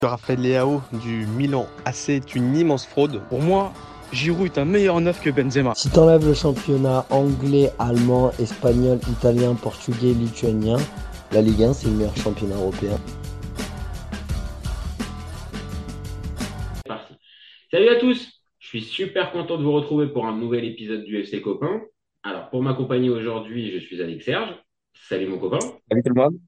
Raphaël Leao du Milan AC est une immense fraude. Pour moi, Giroud est un meilleur neuf que Benzema. Si t'enlèves le championnat anglais, allemand, espagnol, italien, portugais, lituanien, la Ligue 1, c'est le meilleur championnat européen. Parti. Salut à tous, je suis super content de vous retrouver pour un nouvel épisode du FC Copain. Alors pour m'accompagner aujourd'hui, je suis avec Serge. Salut mon copain. Salut tout le monde.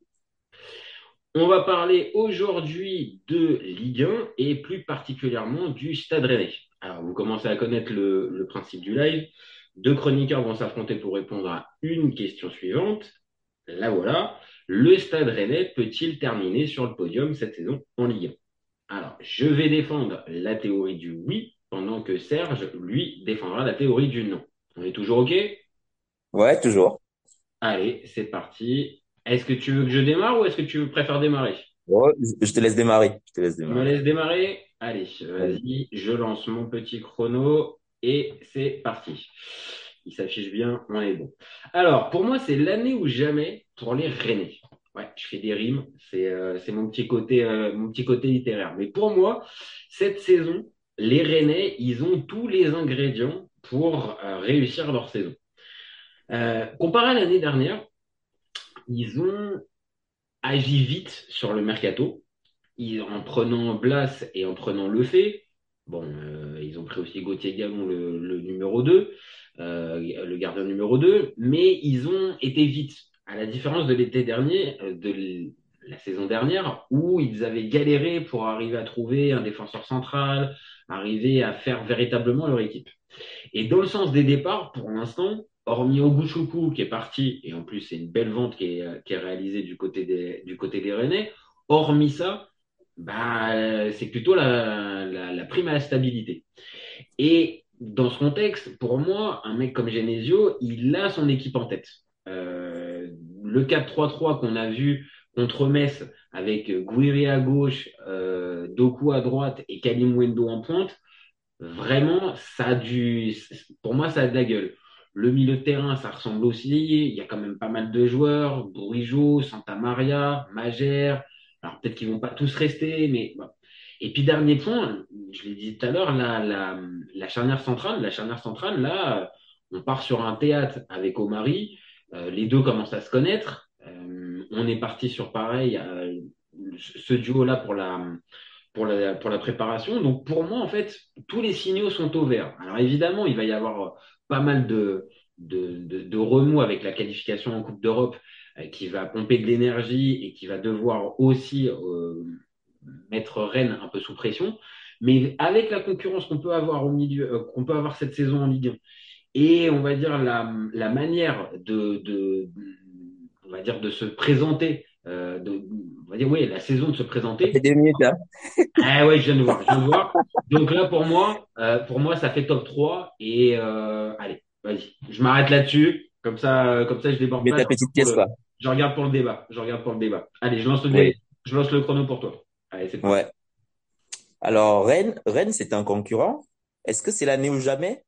On va parler aujourd'hui de Ligue 1 et plus particulièrement du Stade Rennais. Alors vous commencez à connaître le principe du live. Deux chroniqueurs vont s'affronter pour répondre à une question suivante. Là voilà, le Stade Rennais peut-il terminer sur le podium cette saison en Ligue 1? Alors, je vais défendre la théorie du oui, pendant que Serge, lui, défendra la théorie du non. On est toujours OK? Ouais, toujours. Allez, c'est parti. Est-ce que tu veux que je démarre ou est-ce que tu préfères démarrer? Ouais, je te laisse démarrer. Je te laisse Tu me démarrer. laisses démarrer? Allez, Allez. vas-y, je lance mon petit chrono et c'est parti. Il s'affiche bien, on est bon. Alors, pour moi, c'est l'année ou jamais pour les Rennais. Ouais, je fais des rimes, c'est mon petit côté littéraire. Mais pour moi, cette saison, les Rennais, ils ont tous les ingrédients pour réussir leur saison. Comparé à l'année dernière, ils ont agi vite sur le mercato en prenant Blas et en prenant Lefebvre. Bon, ils ont pris aussi Gauthier Gallon, le numéro 2, le gardien numéro 2, mais ils ont été vite, à la différence de l'été dernier, la saison dernière, où ils avaient galéré pour arriver à trouver un défenseur central, arriver à faire véritablement leur équipe. Et dans le sens des départs, pour l'instant, hormis Oguchuku qui est parti, et en plus c'est une belle vente qui est réalisée du côté des Rennais, hormis ça, bah, c'est plutôt la prime à la stabilité. Et dans ce contexte, pour moi, un mec comme Genesio, il a son équipe en tête. Le 4-3-3 qu'on a vu contre Metz avec Gouiri à gauche, Doku à droite et Kalim Wendo en pointe, vraiment, pour moi, ça a de la gueule. Le milieu de terrain, ça ressemble aussi. Il y a quand même pas mal de joueurs. Bourigeaud, Santa Maria, Magère. Alors peut-être qu'ils vont pas tous rester, mais bon. Et puis dernier point, je l'ai dit tout à l'heure, la charnière centrale, là, on part sur un théâtre avec Omari. Les deux commencent à se connaître. On est parti sur pareil, ce duo-là pour la préparation. Donc pour moi, en fait, tous les signaux sont au vert. Alors évidemment, il va y avoir pas mal de remous avec la qualification en Coupe d'Europe qui va pomper de l'énergie et qui va devoir aussi mettre Rennes un peu sous pression. Mais avec la concurrence qu'on peut avoir au milieu, qu'on peut avoir cette saison en Ligue 1, et on va dire la manière on va dire de se présenter, on va dire oui, la saison de se Ça fait présenter, 2 minutes, hein. ah ouais, je viens de voir, je viens de voir. Donc là, pour moi, ça fait top 3. Et allez, vas-y, je m'arrête là-dessus. Comme ça, je déborde Mets pas. ta petite pièce, quoi. Je regarde pour le débat. Je regarde pour le débat. Allez, Oui. je lance le chrono pour toi. Allez, c'est parti. Ouais. Alors, Rennes, c'est un concurrent. Est-ce que c'est l'année ou jamais?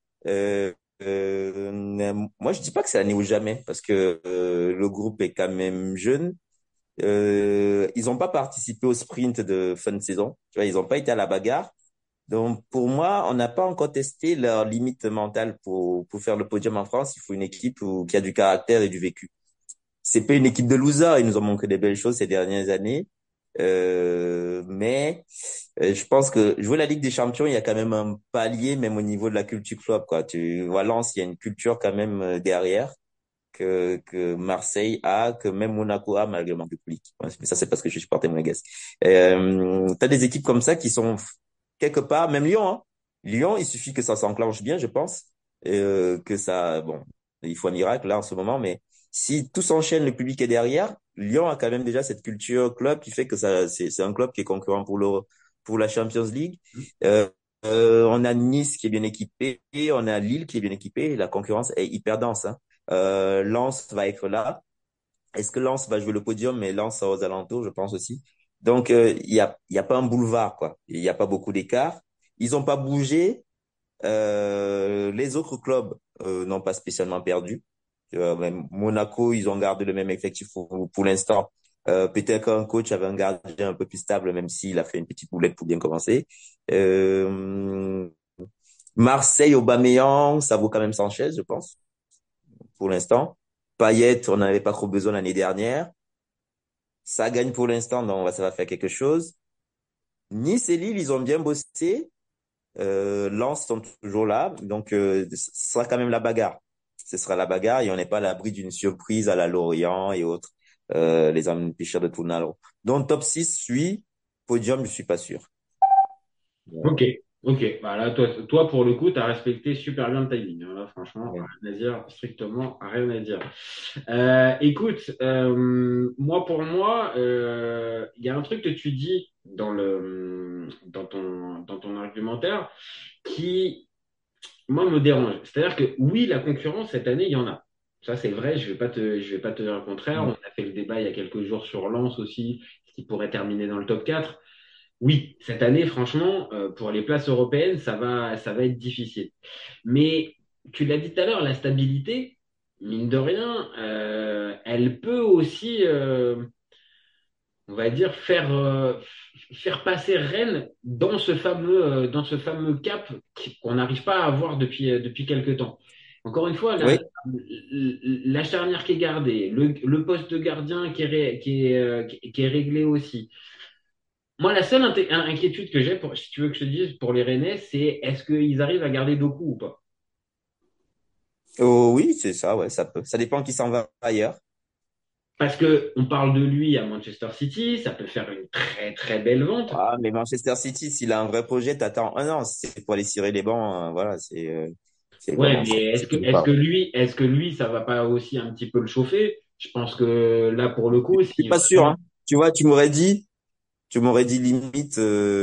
Moi, je dis pas que c'est l'année ou jamais parce que le groupe est quand même jeune. Ils n'ont pas participé au sprint de fin de saison. Tu vois, ils n'ont pas été à la bagarre. Donc, pour moi, on n'a pas encore testé leur limite mentale pour faire le podium en France. Il faut une équipe qui a du caractère et du vécu. C'est pas une équipe de losers. Ils nous ont montré des belles choses ces dernières années. Mais je pense que jouer la Ligue des Champions, il y a quand même un palier, même au niveau de la culture club, quoi. Tu vois, Lens, il y a une culture quand même derrière que Marseille a, que même Monaco a, malgré le manque de public. Ouais, mais ça, c'est parce que je suis supporter monégasque. T'as des équipes comme ça qui sont quelque part, même Lyon, hein. Lyon, il suffit que ça s'enclenche bien, je pense, que ça, bon, il faut un miracle là en ce moment, mais si tout s'enchaîne, le public est derrière, Lyon a quand même déjà cette culture club qui fait que ça, c'est un club qui est concurrent pour la Champions League. Euh, on a Nice qui est bien équipé, on a Lille qui est bien équipé, la concurrence est hyper dense, hein. Lens va être là. Est-ce que Lens va jouer le podium? Mais Lens aux alentours, je pense aussi. Donc, il y a pas un boulevard, quoi. Il y a pas beaucoup d'écart. Ils ont pas bougé. Les autres clubs n'ont pas spécialement perdu. Même Monaco, ils ont gardé le même effectif pour l'instant. Peut-être qu'un coach avait un gardien un peu plus stable, même s'il a fait une petite boulette pour bien commencer. Euh, Marseille, Aubameyang, ça vaut quand même Sanchez, je pense, pour l'instant. Payet, on n'en avait pas trop besoin l'année dernière. Ça gagne pour l'instant, donc ça va faire quelque chose. Nice et Lille, ils ont bien bossé. Lens sont toujours là, donc ce sera quand même la bagarre. Ce sera la bagarre et on n'est pas à l'abri d'une surprise à la Lorient et autres, les empêcheurs de Tournalo. Donc top 6 suit, podium, je suis pas sûr. Ok, ok. Bah là, toi, pour le coup, tu as respecté super bien le timing, hein. Là, franchement, Ouais. rien à dire, strictement rien à dire. Écoute, moi, pour moi, il y a un truc que tu dis dans ton argumentaire qui, moi, me dérange. C'est-à-dire que oui, la concurrence, cette année, il y en a. Ça, c'est vrai, je vais pas te dire le contraire. On Ouais. a fait le débat il y a quelques jours sur Lens aussi, qui pourrait terminer dans le top 4. Oui, cette année, franchement, pour les places européennes, ça va être difficile. Mais tu l'as dit tout à l'heure, la stabilité, mine de rien, elle peut aussi, on va dire, faire passer Rennes dans ce fameux cap qu'on n'arrive pas à avoir depuis quelques temps. Encore une fois, Oui, la charnière qui est gardée, le poste de gardien qui est réglé aussi. Moi, la seule inquiétude que j'ai, si tu veux que je te dise, pour les Rennais, c'est est-ce qu'ils arrivent à garder Doku ou pas? oh, oui, c'est ça, ouais, ça peut. Ça dépend qui s'en va ailleurs. Parce que on parle de lui à Manchester City, ça peut faire une très très belle vente. Ah, mais Manchester City, s'il a un vrai projet, t'attends un an. Si c'est pour aller cirer les bancs, voilà, c'est Ouais, comment, mais c'est toujours pas. est-ce que lui, ça va pas aussi un petit peu le chauffer? Je pense que là, pour le coup, Je suis si pas sûr, vraiment, hein. Tu vois, tu m'aurais dit limite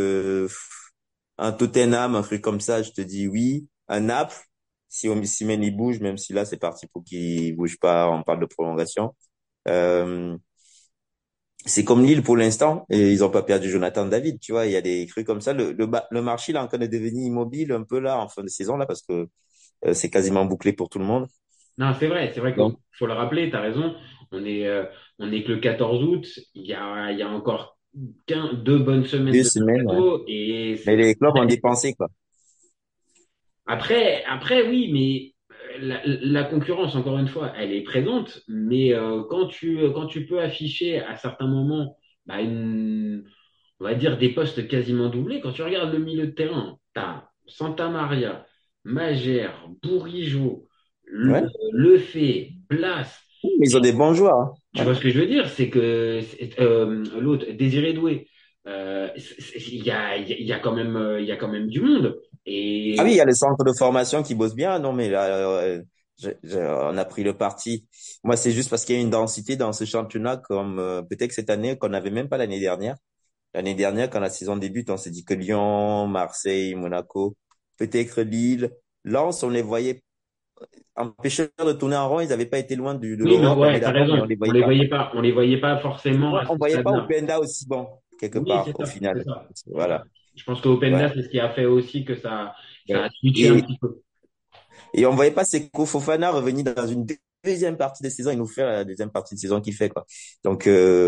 un Tottenham, un truc comme ça, je te dis oui. Un Naples, si Osimhen il bouge, même si là c'est parti pour qu'il bouge pas, on parle de prolongation. Euh, c'est comme Lille pour l'instant, et ils ont pas perdu Jonathan David, tu vois, il y a des trucs comme ça. Le marché là en train de devenir immobile un peu là en fin de saison là parce que c'est quasiment bouclé pour tout le monde. non, c'est vrai qu'il Donc faut le rappeler, tu as raison. On est, euh, on est que le 14 août, il y a encore deux bonnes semaines deux de semaines, ouais. mercato et Mais c'est les clubs ont dépensé quoi. après, oui, mais la concurrence, encore une fois, elle est présente, mais quand tu peux afficher à certains moments, bah, on va dire des postes quasiment doublés, quand tu regardes le milieu de terrain, tu as Santa Maria, Magère, Bourigeaud, Ouais. Lefebvre, Blas. Mais ils ont des bons joueurs, hein. Tu Ouais. vois ce que je veux dire? C'est que l'autre, Désiré Doué, il y a quand même, il y a quand même du monde. Ah oui, il Et y a le centre de formation qui bosse bien. Non, mais là, on a pris le parti. Moi, c'est juste parce qu'il y a une densité dans ce championnat, comme peut-être cette année qu'on n'avait même pas l'année dernière. L'année dernière, quand la saison débute, on s'est dit que Lyon, Marseille, Monaco, peut-être Lille, Lens, on les voyait empêcheurs de tourner en rond. Ils n'avaient pas été loin de oui, non, l'Europe l'année ouais, t'as d'avant, mais raison. on les voyait pas. On les voyait pas forcément Ouais, à on ce voyait pas stade-là. Openda aussi bon, quelque Oui, part, au c'est final. ça, c'est Voilà. ça. Je pense que Openda, Ouais. c'est ce qui a fait aussi que ça Ouais. a switché un Et, petit peu. et on voyait pas Seko Fofana revenir dans une deuxième partie de saison et nous faire la deuxième partie de saison qu'il fait, quoi. Donc,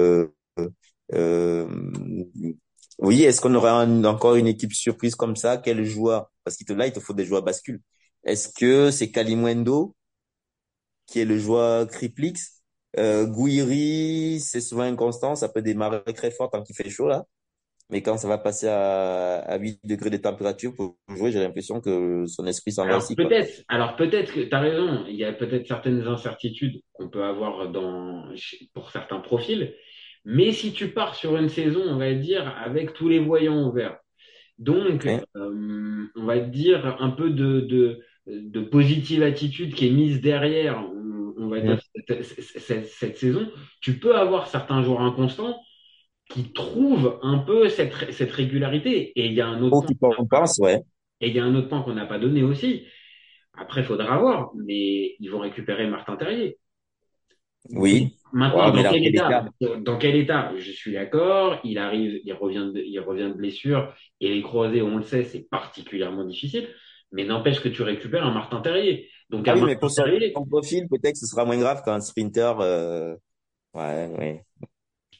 euh, oui, est-ce qu'on aura encore une équipe surprise comme ça? Quel joueur? Parce que là, il te faut des joueurs bascules. Est-ce que c'est Kalimundo qui est le joueur Criplix? Gouiri, c'est souvent inconstant, ça peut démarrer très fort tant qu'il fait chaud, là. Mais quand ça va passer à 8 degrés de température pour jouer, j'ai l'impression que son esprit s'en va aussi, quoi. Alors peut-être que tu as raison, il y a peut-être certaines incertitudes qu'on peut avoir pour certains profils, mais si tu pars sur une saison, on va dire, avec tous les voyants ouverts, donc Hein? on va dire un peu de positive attitude qui est mise derrière, on va dire, Hein? cette saison, tu peux avoir certains joueurs inconstants qui trouvent un peu cette régularité. Et il y a un autre Pour point qu'il compense, ouais. et il y a un autre point qu'on n'a pas donné aussi. Après, il faudra voir, mais ils vont récupérer Martin Terrier. Donc, Oui. maintenant, Ouais, mais dans quel état? dans quel état? Je suis d'accord. Il arrive, il revient de blessure et les croisés, on le sait, c'est particulièrement difficile. Mais n'empêche que tu récupères un Martin Terrier. Donc, Ah un oui, mais Martin pour Terrier, son profil, peut-être que ce sera moins grave qu'un sprinter. Ouais, ouais.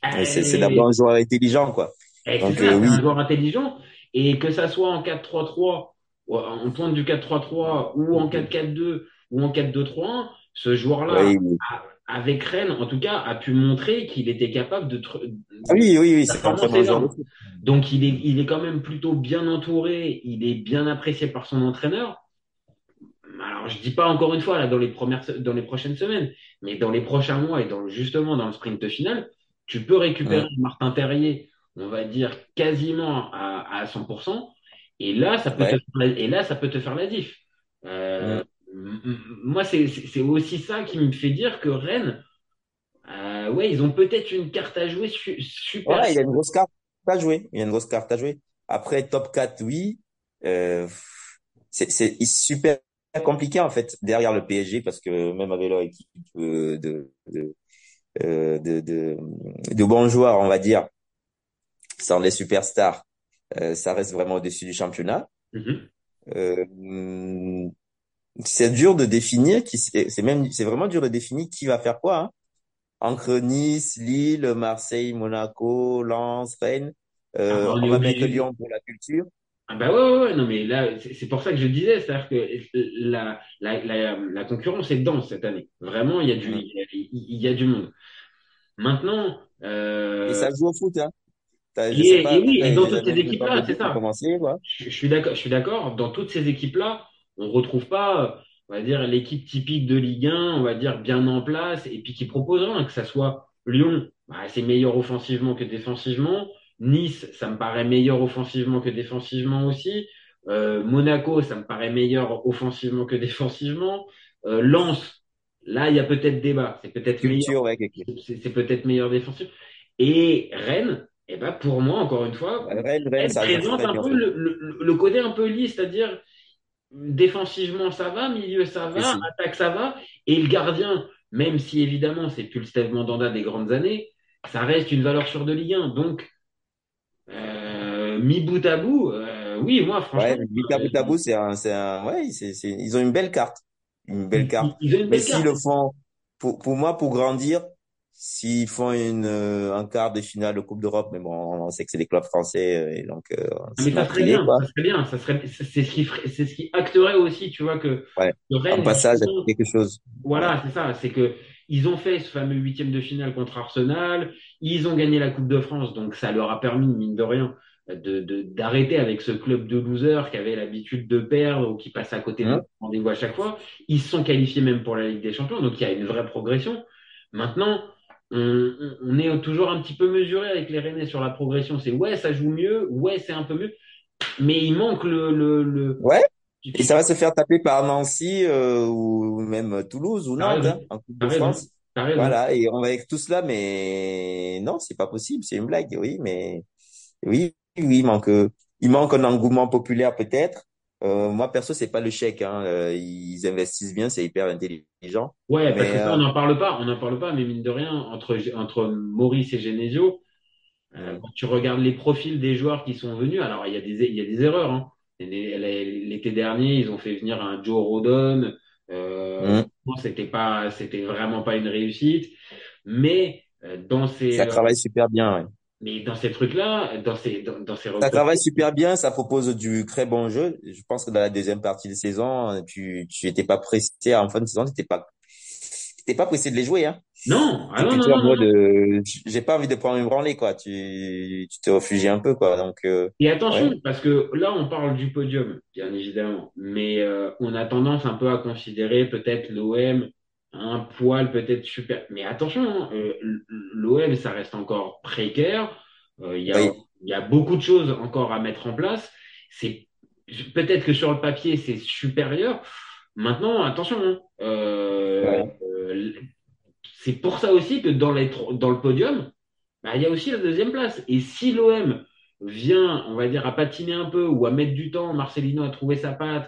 Et c'est Euh, d'abord un joueur intelligent, quoi. c'est Donc, ça, c'est un oui. joueur intelligent. Et que ça soit en 4-3-3, ou en pointe du 4-3-3, ou en 4-4-2, ou en 4-2-3-1, ce joueur-là, Oui, oui. avec Rennes, en tout cas, a pu montrer qu'il était capable Ah oui, oui, oui, c'est un très performances bon joueur de énormes. foot. Donc, il est quand même plutôt bien entouré, il est bien apprécié par son entraîneur. Alors, je dis pas encore une fois, là, dans les prochaines semaines, mais dans les prochains mois et justement dans le sprint final, tu peux récupérer Mm, Martin Terrier, on va dire quasiment à 100%, et là, ouais. ça peut te faire la diff. Mm. Moi, c'est aussi ça qui me fait dire que Rennes, ouais, ils ont peut-être une carte à jouer super. Ouais, il y a une grosse carte à jouer. Il y a une grosse carte à jouer. Après, top 4 oui. Euh, c'est super compliqué, en fait, derrière le PSG, parce que même avec leur équipe de bons joueurs, on va dire, sans les superstars, ça reste vraiment au-dessus du championnat. Mhm. Euh, c'est dur de définir c'est vraiment dur de définir qui va faire quoi, hein. Entre Nice, Lille, Marseille, Monaco, Lens, Rennes, Ah bah, on on est va mettre obligé. Lyon pour la culture. Ah bah ouais, ouais, ouais, non mais là, c'est pour ça que je disais, c'est-à-dire que la concurrence est dense cette année. Vraiment, Mm. il y a du monde. Maintenant, Et ça joue au foot, hein. Je sais et pas, oui, et dans il y a toutes ces même pas équipes-là, c'est Monaco qui a ça. commencé, quoi. Je suis d'accord. Dans toutes ces équipes-là, on retrouve pas, on va dire, l'équipe typique de Ligue 1, on va dire, bien en place, et puis qui propose rien, que ça soit Lyon, bah, c'est meilleur offensivement que défensivement. Nice, ça me paraît meilleur offensivement que défensivement aussi. Monaco, ça me paraît meilleur offensivement que défensivement. Lens, là, il y a peut-être débat. Culture, ouais, C'est peut-être meilleur défensif. Et Rennes, eh ben, pour moi, encore une fois, Rennes, elle ça joue présente très un bien au peu foot. le côté un peu lisse, c'est-à-dire défensivement ça va, milieu ça va, Précis. attaque ça va, et le gardien, même si évidemment c'est plus le Steve Mandanda des grandes années, ça reste une valeur sûre de Ligue 1. Donc, mi bout à bout, oui, moi franchement, Ouais, Tabou Tabou, ouais, ils ont une belle carte. Une belle carte. ils ont une Mais belle s'ils carte. le font, pour moi, pour grandir, s'ils font un quart de finale de Coupe d'Europe, mais bon, on sait que c'est des clubs français, et donc, Ah, mais c'est mal trié, quoi. ça serait bien, c'est ce qui acterait aussi, tu vois, Ouais. que En Rennes, passage à justement, quelque chose. Ouais. voilà, c'est ça. C'est que ils ont fait ce fameux huitième de finale contre Arsenal. Ils ont gagné la Coupe de France, donc ça leur a permis, mine de rien, d'arrêter avec ce club de losers qui avait l'habitude de perdre ou qui passait à côté de Hein? rendez-vous à chaque fois. Ils se sont qualifiés même pour la Ligue des Champions, donc il y a une vraie progression. Maintenant, on est toujours un petit peu mesuré avec les Rennais sur la progression. C'est ouais, ça joue mieux, ouais, c'est un peu mieux, mais il manque Ouais. tu, Et tu, ça va se faire taper par Nancy, ou même Toulouse ou t'as Nantes, hein, raison, en Coupe t'as de raison, France. t'as raison. Voilà. Et on va avec tout cela, mais non, c'est pas possible. C'est une blague, oui, mais oui, oui, il manque un engouement populaire peut-être. Moi, perso, c'est pas le chèque, hein. Ils investissent bien, c'est hyper intelligent. Ouais, parce que Mais ça, on n'en parle pas, mais mine de rien, entre Maurice et Genesio, mm, quand tu regardes les profils des joueurs qui sont venus, alors il y a des erreurs, hein. L'été dernier, ils ont fait venir un Joe Rodon, mm, bon, c'était vraiment pas une réussite, mais ça travaille super bien. Ouais. dans ces trucs-là, dans ces Ça travaille recrutements, super bien, ça propose du très bon jeu. Je pense que dans la deuxième partie de saison, tu étais pas pressé en fin de saison, t'étais pas pressé de les jouer, hein. non, ah T'es non, non, plutôt en non, non, mode, non. j'ai pas envie de prendre une branlée, quoi. Tu te réfugies un peu, quoi. Donc, Et attention, ouais. parce que là, on parle du podium, bien évidemment, mais on a tendance un peu à considérer peut-être l'OM un poil peut-être super. Mais attention, hein, l'OM, ça reste encore précaire. Oui. Il y a beaucoup de choses encore à mettre en place. C'est peut-être que sur le papier, c'est supérieur. Maintenant, attention, hein, Ouais. c'est pour ça aussi que dans le podium, bah, il y a aussi la deuxième place. Et si l'OM vient, on va dire, à patiner un peu ou à mettre du temps, Marcelino a trouvé sa patte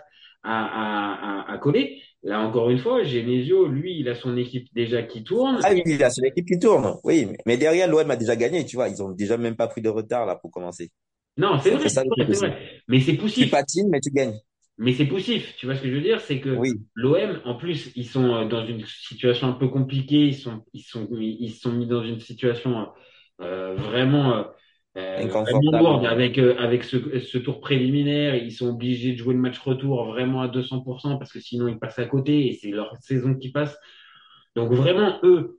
à coller, là encore une fois, Genesio, lui, il a son équipe déjà qui tourne. Ah oui, là, c'est l'équipe qui tourne. Oui, mais derrière, l'OM a déjà gagné, tu vois. Ils ont déjà même pas pris de retard, là, pour commencer. Non, C'est un peu ça le truc c'est aussi. vrai. Mais c'est Tu poussif. patines, mais tu gagnes. Mais c'est poussif. Tu vois ce que je veux dire? C'est que Oui. l'OM, en plus, ils sont dans une situation un peu compliquée. Ils se sont mis dans une situation vraiment, vraiment lourde Inconfortablement. avec ce tour préliminaire. Ils sont obligés de jouer le match retour vraiment à 200% parce que sinon ils passent à côté et c'est leur saison qui passe. Donc vraiment, eux,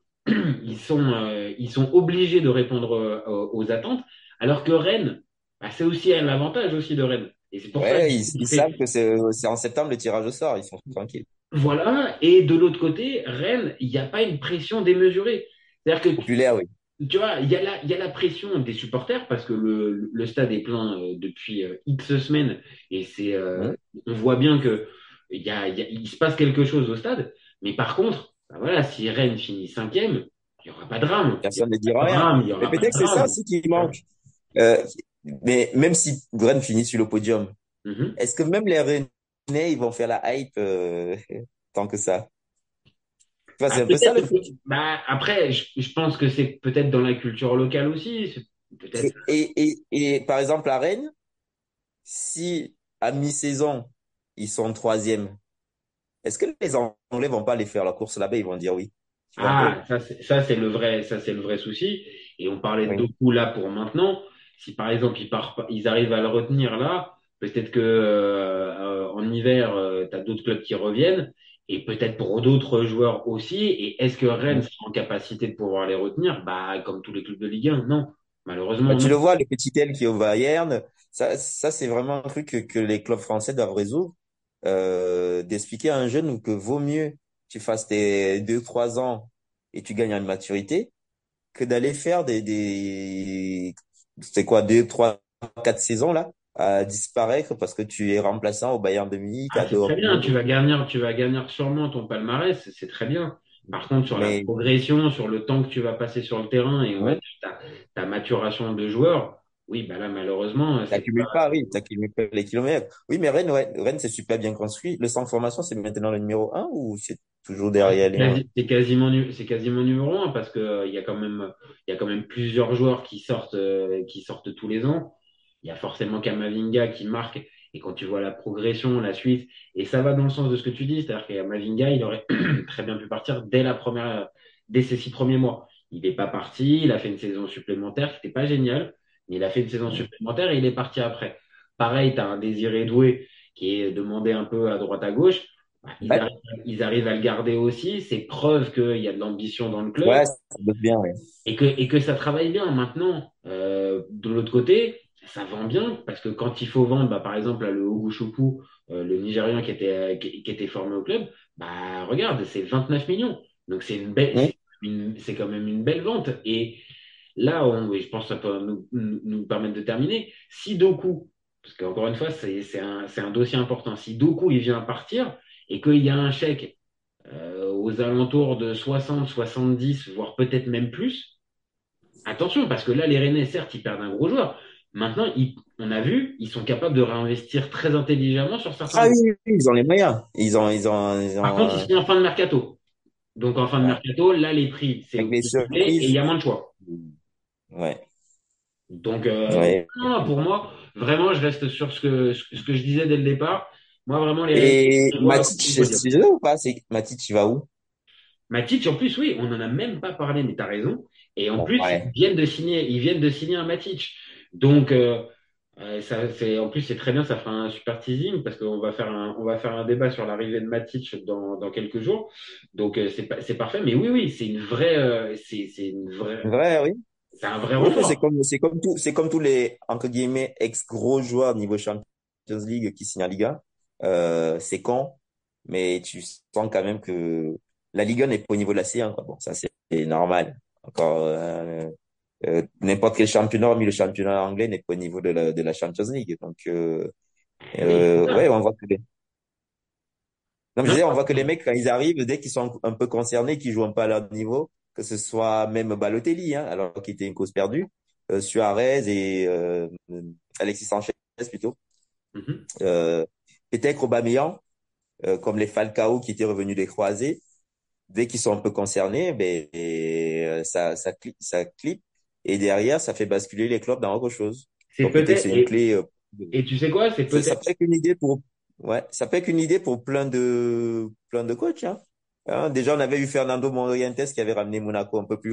ils sont obligés de répondre aux attentes, alors que Rennes, bah, c'est aussi un avantage aussi de Rennes. Et c'est pour ça que Ouais, ils savent que c'est en septembre le tirage au sort, ils sont tranquilles. voilà. Et de l'autre côté, Rennes, il n'y a pas une pression démesurée. C'est-à-dire que Populaire, oui. tu vois, il y a la pression des supporters parce que le stade est plein depuis X semaines et Hmm. on voit bien que il se passe quelque chose au stade. Mais par contre, bah voilà, si Rennes finit cinquième, il n'y aura pas de drame. Il n'y Personne ne aura dira pas de rien. drame, il n'y Mais aura pas de peut-être c'est ça drame. aussi qui manque. Euh, mais même si Rennes finit sur le podium, Mhm. est-ce que même les Rennais, ils vont faire la hype tant que ça? Tu vois, Ah, c'est un peu ça le peut-être, truc. bah, après, je pense que c'est peut-être dans la culture locale aussi. Peut-être. Et par exemple, à Rennes, si à mi-saison, ils sont troisième, est-ce que les Anglais vont pas aller faire la course là-bas? Ils vont dire oui. Tu vois un peu? Ah, ça c'est le vrai souci. Et on parlait de Oui. Doku là pour maintenant. Si par exemple ils arrivent à le retenir là, peut-être que en hiver, tu as d'autres clubs qui reviennent et peut-être pour d'autres joueurs aussi. Et est-ce que Rennes sera en capacité de pouvoir les retenir? Bah, comme tous les clubs de Ligue 1, non. Bah, Malheureusement, tu non. le vois, le petit L qui est au Bayern, ça c'est vraiment un truc que les clubs français doivent résoudre, d'expliquer à un jeune que vaut mieux tu fasses tes 2, 3 ans et tu gagnes en maturité que d'aller faire c'est quoi, 2, 3, 4 saisons là, à disparaître parce que tu es remplaçant au Bayern de Munich, Ah, à c'est très bien. Dortmund. Tu vas gagner sûrement ton palmarès. C'est très bien. Par contre, sur la Mais progression, sur le temps que tu vas passer sur le terrain et on va ouais, dire ta maturation de joueur, oui, bah là, malheureusement, c'est t'accumules pas, oui, t'accumules pas les kilomètres. Oui, mais Rennes, ouais, Rennes, c'est super bien construit. Le centre formation, c'est maintenant le numéro 1 ou c'est toujours derrière Lyon? c'est quasiment numéro un parce que il y a quand même plusieurs joueurs qui sortent tous les ans. Il y a forcément Kamavinga qui marque et quand tu vois la progression, la suite, et ça va dans le sens de ce que tu dis, c'est-à-dire que Kamavinga, il aurait très bien pu partir dès ses 6 premiers mois. Il n'est pas parti, il a fait une saison supplémentaire qui n'était pas géniale, mais il a fait une saison supplémentaire et il est parti après. Pareil, tu as un Désiré Doué qui est demandé un peu à droite à gauche. Bah, Ouais, ils arrivent à le garder aussi. C'est preuve qu'il y a de l'ambition dans le club ouais, ça bosse bien, ouais. et que ça travaille bien. Maintenant, de l'autre côté, ça vend bien parce que quand il faut vendre, bah, par exemple, là, le Oguchukwu, le Nigérian qui était formé au club, bah, regarde, c'est 29 millions. Donc, Hum. c'est quand même une belle vente. Et là, et je pense que ça peut nous permettre de terminer. Si Doku, parce qu'encore une fois, c'est un dossier important, si Doku, il vient partir et qu'il y a un chèque aux alentours de 60, 70, voire peut-être même plus, attention, parce que là, les Rennais, certes, ils perdent un gros joueur. Maintenant, on a vu, ils sont capables de réinvestir très intelligemment sur certains Ah oui, joueurs. oui, oui, ils ont les moyens. Ils Par ont, contre, ils sont en fin de mercato. Donc, en fin de ouais. mercato, là, les prix, c'est Avec les et il surprises. y a moins de choix. Ouais, Donc, ouais. non, pour moi, vraiment, je reste sur ce que je disais dès le départ. Moi, vraiment, les Rennais, Et je les vois Matic, occuper le podium. c'est là ou pas? Matic, il va où? Matic, en plus, oui, on n'en a même pas parlé, mais tu as raison. Et en plus, Ouais. ils viennent de signer un Matic. Donc, en plus, c'est très bien, ça fera un super teasing parce on va faire un débat sur l'arrivée de Matic dans quelques jours. Donc, c'est parfait. Mais oui, oui, c'est une vraie, Vrai, oui. c'est un vrai Oui, mais renfort. c'est comme tous les, entre guillemets, ex-gros joueurs niveau Champions League qui signent en Ligue 1. C'est con, mais tu sens quand même que la Ligue 1 n'est pas au niveau de la C1, quoi. Bon, ça, c'est normal. Encore, n'importe quel championnat, hormis le championnat anglais, n'est pas au niveau de la Champions League. Donc, Eh oui, c'est ouais, ça. on voit que non, mais je Non, disais, on voit que les mecs, quand ils arrivent, dès qu'ils sont un peu concernés, qu'ils jouent un peu à leur niveau, que ce soit même Balotelli, hein, alors qu'il était une cause perdue, Suarez et Alexis Sanchez plutôt, mhm. euh, peut-être Aubameyang, comme les Falcao qui étaient revenus des croisés, dès qu'ils sont un peu concernés, ben, ça clip, et derrière, ça fait basculer les clubs dans autre chose. C'est Donc peut-être peut-être, c'est une clé. et tu sais quoi, c'est Ça peut-être, peut être une idée pour, ouais, ça peut être une idée pour plein de coachs, hein. Hein, déjà, on avait eu Fernando Morientes qui avait ramené Monaco un peu plus haut.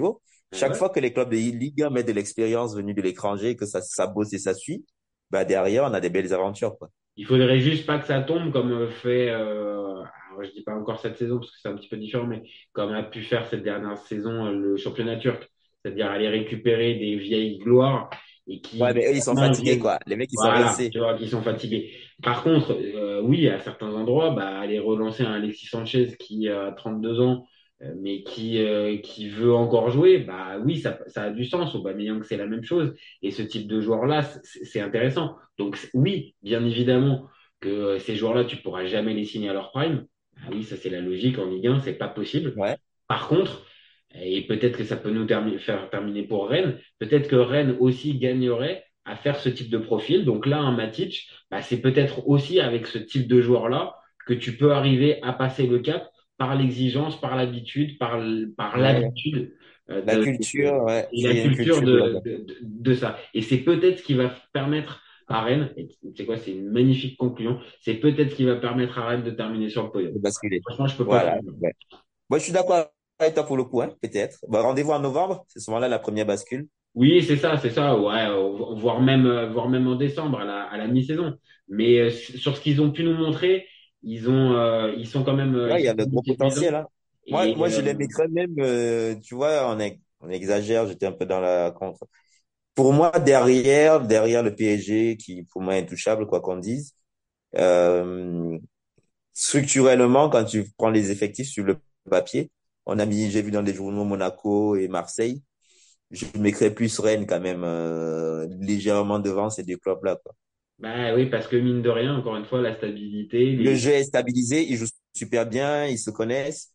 Chaque Ouais. fois que les clubs de Ligue 1 mettent de l'expérience venue de l'étranger, que ça bosse et ça suit, bah derrière, on a des belles aventures, quoi. Il faudrait juste pas que ça tombe comme fait, alors je dis pas encore cette saison parce que c'est un petit peu différent, mais comme a pu faire cette dernière saison le championnat turc, c'est-à-dire aller récupérer des vieilles gloires et Ouais, qui mais eux, ils sont maintenant fatigués, viennent, quoi. Les mecs, ils sont voilà, rincés. tu vois, qui sont fatigués. Par contre, oui, à certains endroits, bah, aller relancer un Alexis Sanchez qui a 32 ans, mais qui veut encore jouer, bah oui, ça a du sens. Aubameyang, c'est la même chose. Et ce type de joueur-là, c'est intéressant. Donc oui, bien évidemment que ces joueurs-là, tu pourras jamais les signer à leur prime. Ah oui, ça c'est la logique en Ligue 1, c'est pas possible. Ouais. Par contre, et peut-être que ça peut nous faire terminer pour Rennes, peut-être que Rennes aussi gagnerait à faire ce type de profil. Donc là, un Matic, bah, c'est peut-être aussi avec ce type de joueur-là que tu peux arriver à passer le cap par l'exigence, par l'habitude, par Ouais. l'habitude La culture, ouais. et la C'est une culture culture de là-bas. de ça. Et c'est peut-être ce qui va permettre à Rennes, et tu sais quoi, c'est une magnifique conclusion, c'est peut-être ce qui va permettre à Rennes de terminer sur le podium. De basculer. Franchement, je peux pas Voilà. faire mieux. Ouais. Moi, je suis d'accord avec toi pour le coup, hein, peut-être. Bah, rendez-vous en novembre. C'est souvent là la première bascule. Oui, c'est ça, ouais, voire même en décembre à la mi-saison. Mais sur ce qu'ils ont pu nous montrer, ils sont quand même, Ouais, ils il y sont a quand le même gros séduisants. potentiel, hein. Moi, Et je les mettrais même, tu vois, on exagère, j'étais un peu dans la contre. Pour moi, derrière le PSG, qui pour moi est intouchable, quoi qu'on dise, euh, structurellement, quand tu prends les effectifs sur le papier, j'ai vu dans des journaux Monaco et Marseille, je mettrais plus Rennes quand même, légèrement devant ces deux clubs-là, quoi. bah oui, parce que mine de rien, encore une fois, la stabilité, Le jeu est stabilisé, ils jouent super bien, ils se connaissent,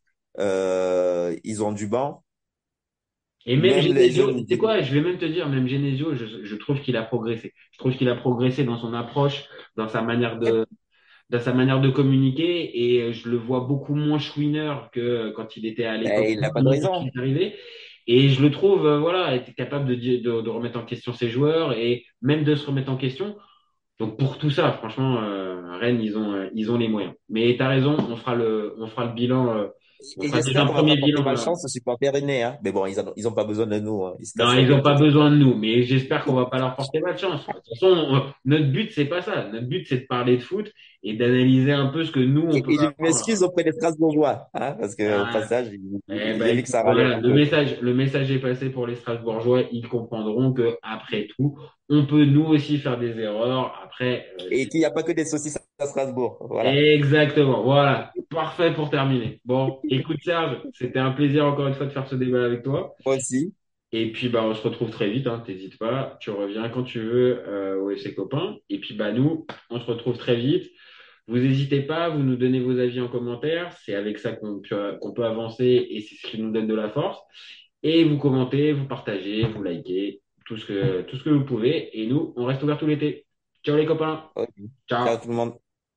ils ont du banc. et même Même les Genesio, jeunes, tu sais quoi, je vais même te dire, même Genesio, je trouve qu'il a progressé. Je trouve qu'il a progressé dans son approche, dans sa manière dans sa manière de communiquer et je le vois beaucoup moins chouineur que quand il était à l'époque il n'a pas de quand il raison. est arrivé. Et je le trouve, voilà, être capable de remettre en question ses joueurs et même de se remettre en question. Donc pour tout ça, franchement, Rennes, ils ont les moyens. Mais tu as raison, on fera le bilan, on Et fera déjà j'espère un qu'on va premier pas porter bilan. malchance aux supporters rennais, hein. Mais bon, ils ont pas besoin de nous, hein. Ils se Non, cassent la ils n'ont gueule pas toute seule. besoin de nous, mais j'espère qu'on va pas leur porter malchance. De toute façon, notre but, c'est pas ça. Notre but, c'est de parler de foot et d'analyser un peu ce que nous, on peut Et je m'excuse apprendre. auprès des Strasbourgeois, hein, parce que au Ah, passage, eh j'ai ben, vu que écoute, ça râlait voilà, un peu. le message est passé pour les Strasbourgeois. Ils comprendront que après tout, on peut nous aussi faire des erreurs. Après, Et qu'il n'y a pas que des saucisses à Strasbourg. Voilà. exactement. Voilà, parfait pour terminer. Bon, écoute Serge, c'était un plaisir encore une fois de faire ce débat avec toi. Moi aussi. Et puis bah on se retrouve très vite. Hein, t'hésites pas, tu reviens quand tu veux au FC Copain. Et puis bah nous, on se retrouve très vite. Vous n'hésitez pas, vous nous donnez vos avis en commentaire. C'est avec ça qu'on peut avancer et c'est ce qui nous donne de la force. Et vous commentez, vous partagez, vous likez, tout ce que vous pouvez. Et nous, on reste ouvert tout l'été. Ciao les copains. Ok. Ciao. Ciao tout le monde.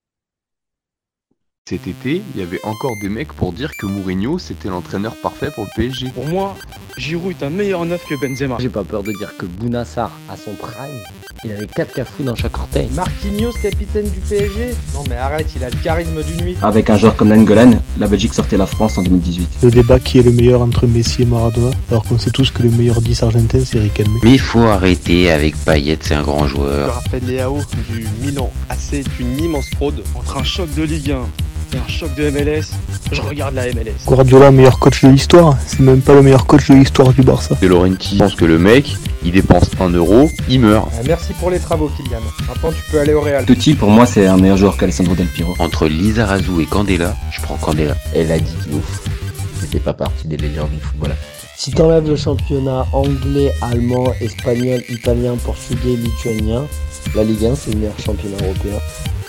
Cet été, il y avait encore des mecs pour dire que Mourinho c'était l'entraîneur parfait pour le PSG. Pour moi, Giroud est un meilleur neuf que Benzema. J'ai pas peur de dire que Bounassar, à son prime, il avait 4 cafous dans chaque orteil. Marquinhos, capitaine du PSG? Non mais arrête, il a le charisme du nuit. Avec un joueur comme Nainggolan, la Belgique sortait la France en 2018. Le débat qui est le meilleur entre Messi et Maradona, alors qu'on sait tous que le meilleur 10 argentin c'est Riquelme. Mais il faut arrêter avec Payet, c'est un grand Je joueur. rappelle Léao du Milan AC est une immense fraude. Entre un choc de Ligue 1 et un choc de MLS, je regarde la MLS. Guardiola, meilleur coach de l'histoire, c'est même pas le meilleur coach de l'histoire du Barça. De Laurenti pense que le mec, il dépense 1 euro, il meurt. Merci pour les travaux Kylian. Maintenant tu peux aller au Real. Totti, pour moi, c'est un meilleur joueur qu'Alessandro Del Piero. Entre Lizarazu et Candela, je prends Candela. Elle a dit ouf. C'était pas partie des légendes du football. Si t'enlèves le championnat anglais, allemand, espagnol, italien, portugais, lituanien, la Ligue 1 c'est le meilleur championnat européen.